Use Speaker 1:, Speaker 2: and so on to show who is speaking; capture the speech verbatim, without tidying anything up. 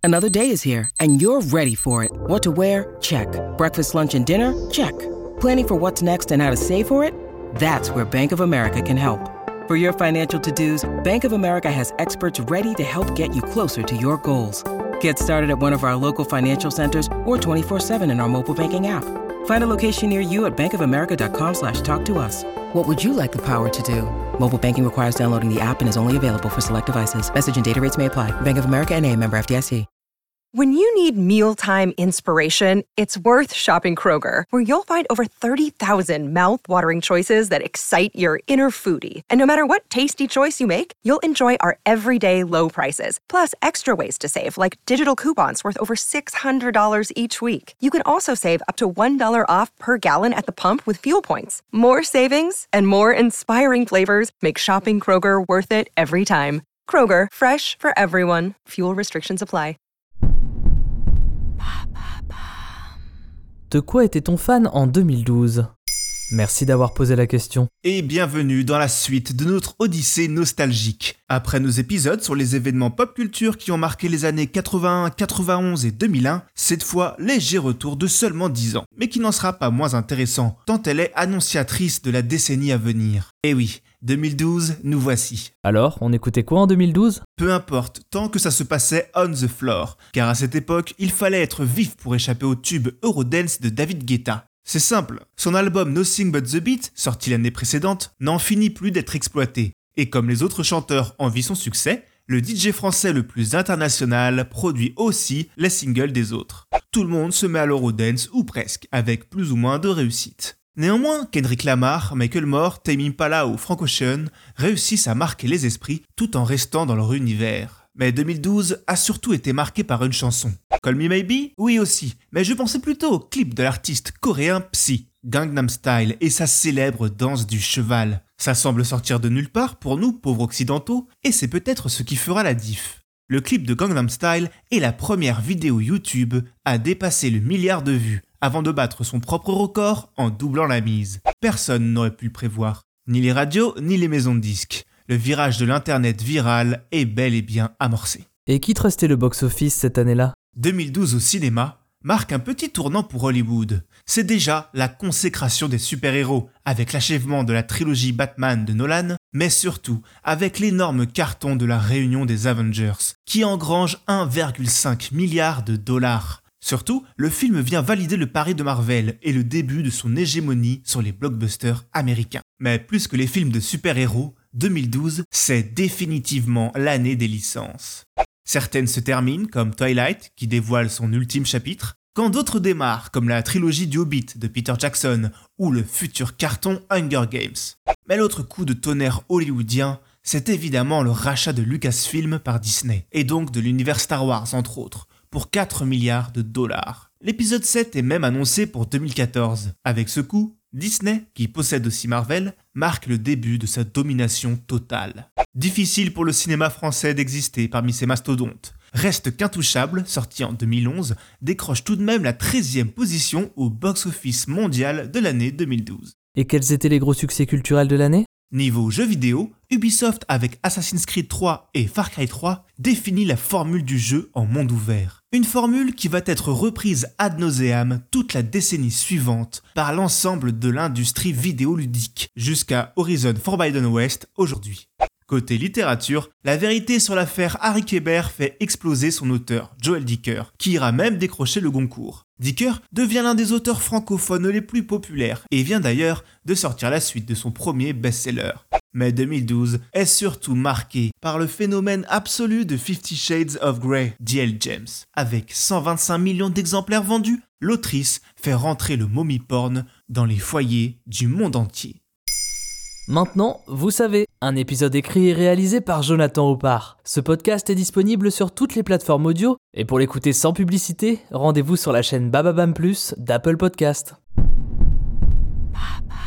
Speaker 1: Another day is here, and you're ready for it. What to wear? Check. Breakfast, lunch, and dinner? Check. Planning for what's next and how to save for it? That's where Bank of America can help. For your financial to-dos, Bank of America has experts ready to help get you closer to your goals. Get started at one of our local financial centers or twenty-four seven in our mobile banking app. Find a location near you at bankofamerica.com slash talk to us. What would you like the power to do? Mobile banking requires downloading the app and is only available for select devices. Message and data rates may apply. Bank of America N A, member F D I C.
Speaker 2: When you need mealtime inspiration, it's worth shopping Kroger, where you'll find over thirty thousand mouth-watering choices that excite your inner foodie. And no matter what tasty choice you make, you'll enjoy our everyday low prices, plus extra ways to save, like digital coupons worth over six hundred dollars each week. You can also save up to one dollar off per gallon at the pump with fuel points. More savings and more inspiring flavors make shopping Kroger worth it every time. Kroger, fresh for everyone. Fuel restrictions apply.
Speaker 3: De quoi était-on fan en deux mille douze ? Merci d'avoir posé la question.
Speaker 4: Et bienvenue dans la suite de notre odyssée nostalgique. Après nos épisodes sur les événements pop culture qui ont marqué les années quatre-vingt-un, quatre-vingt-onze et deux mille un, cette fois, léger retour de seulement dix ans. Mais qui n'en sera pas moins intéressant, tant elle est annonciatrice de la décennie à venir. Et oui, deux mille douze, nous voici.
Speaker 3: Alors, on écoutait quoi en deux mille douze ?
Speaker 4: Peu importe, tant que ça se passait on the floor, car à cette époque, il fallait être vif pour échapper au tube Eurodance de David Guetta. C'est simple, son album Nothing But The Beat, sorti l'année précédente, n'en finit plus d'être exploité. Et comme les autres chanteurs envient son succès, le D J français le plus international produit aussi les singles des autres. Tout le monde se met à l'Eurodance, ou presque, avec plus ou moins de réussite. Néanmoins, Kendrick Lamar, Michael Moore, Tame Impala ou Frank Ocean réussissent à marquer les esprits tout en restant dans leur univers. Mais deux mille douze a surtout été marqué par une chanson. Call Me Maybe ? Oui aussi, mais je pensais plutôt au clip de l'artiste coréen Psy, Gangnam Style et sa célèbre danse du cheval. Ça semble sortir de nulle part pour nous, pauvres occidentaux, et c'est peut-être ce qui fera la diff. Le clip de Gangnam Style est la première vidéo YouTube à dépasser le milliard de vues, avant de battre son propre record en doublant la mise. Personne n'aurait pu le prévoir, ni les radios, ni les maisons de disques. Le virage de l'internet viral est bel et bien amorcé.
Speaker 3: Et qui trustait le box-office cette année-là ?
Speaker 4: deux mille douze au cinéma marque un petit tournant pour Hollywood. C'est déjà la consécration des super-héros, avec l'achèvement de la trilogie Batman de Nolan, mais surtout avec l'énorme carton de la réunion des Avengers, qui engrange un virgule cinq milliard de dollars. Surtout, le film vient valider le pari de Marvel et le début de son hégémonie sur les blockbusters américains. Mais plus que les films de super-héros, deux mille douze, c'est définitivement l'année des licences. Certaines se terminent, comme Twilight, qui dévoile son ultime chapitre, quand d'autres démarrent, comme la trilogie du Hobbit de Peter Jackson ou le futur carton Hunger Games. Mais l'autre coup de tonnerre hollywoodien, c'est évidemment le rachat de Lucasfilm par Disney, et donc de l'univers Star Wars entre autres, pour quatre milliards de dollars. L'épisode sept est même annoncé pour deux mille quatorze. Avec ce coup, Disney, qui possède aussi Marvel, marque le début de sa domination totale. Difficile pour le cinéma français d'exister parmi ces mastodontes. Reste qu'Intouchable, sorti en deux mille onze, décroche tout de même la treizième position au box-office mondial de l'année deux mille douze.
Speaker 3: Et quels étaient les gros succès culturels de l'année ?
Speaker 4: Niveau jeux vidéo, Ubisoft avec Assassin's Creed trois et Far Cry trois définit la formule du jeu en monde ouvert. Une formule qui va être reprise ad nauseam toute la décennie suivante par l'ensemble de l'industrie vidéoludique, jusqu'à Horizon Forbidden West aujourd'hui. Côté littérature, la vérité sur l'affaire Harry Kéber fait exploser son auteur, Joel Dicker, qui ira même décrocher le Goncourt. Dicker devient l'un des auteurs francophones les plus populaires et vient d'ailleurs de sortir la suite de son premier best-seller. Mais deux mille douze est surtout marqué par le phénomène absolu de Fifty Shades of Grey d'E L James. Avec cent vingt-cinq millions d'exemplaires vendus, l'autrice fait rentrer le mommy porn dans les foyers du monde entier.
Speaker 3: Maintenant, vous savez, un épisode écrit et réalisé par Jonathan Oppard. Ce podcast est disponible sur toutes les plateformes audio, et pour l'écouter sans publicité, rendez-vous sur la chaîne Bababam Plus d'Apple Podcast. Baba.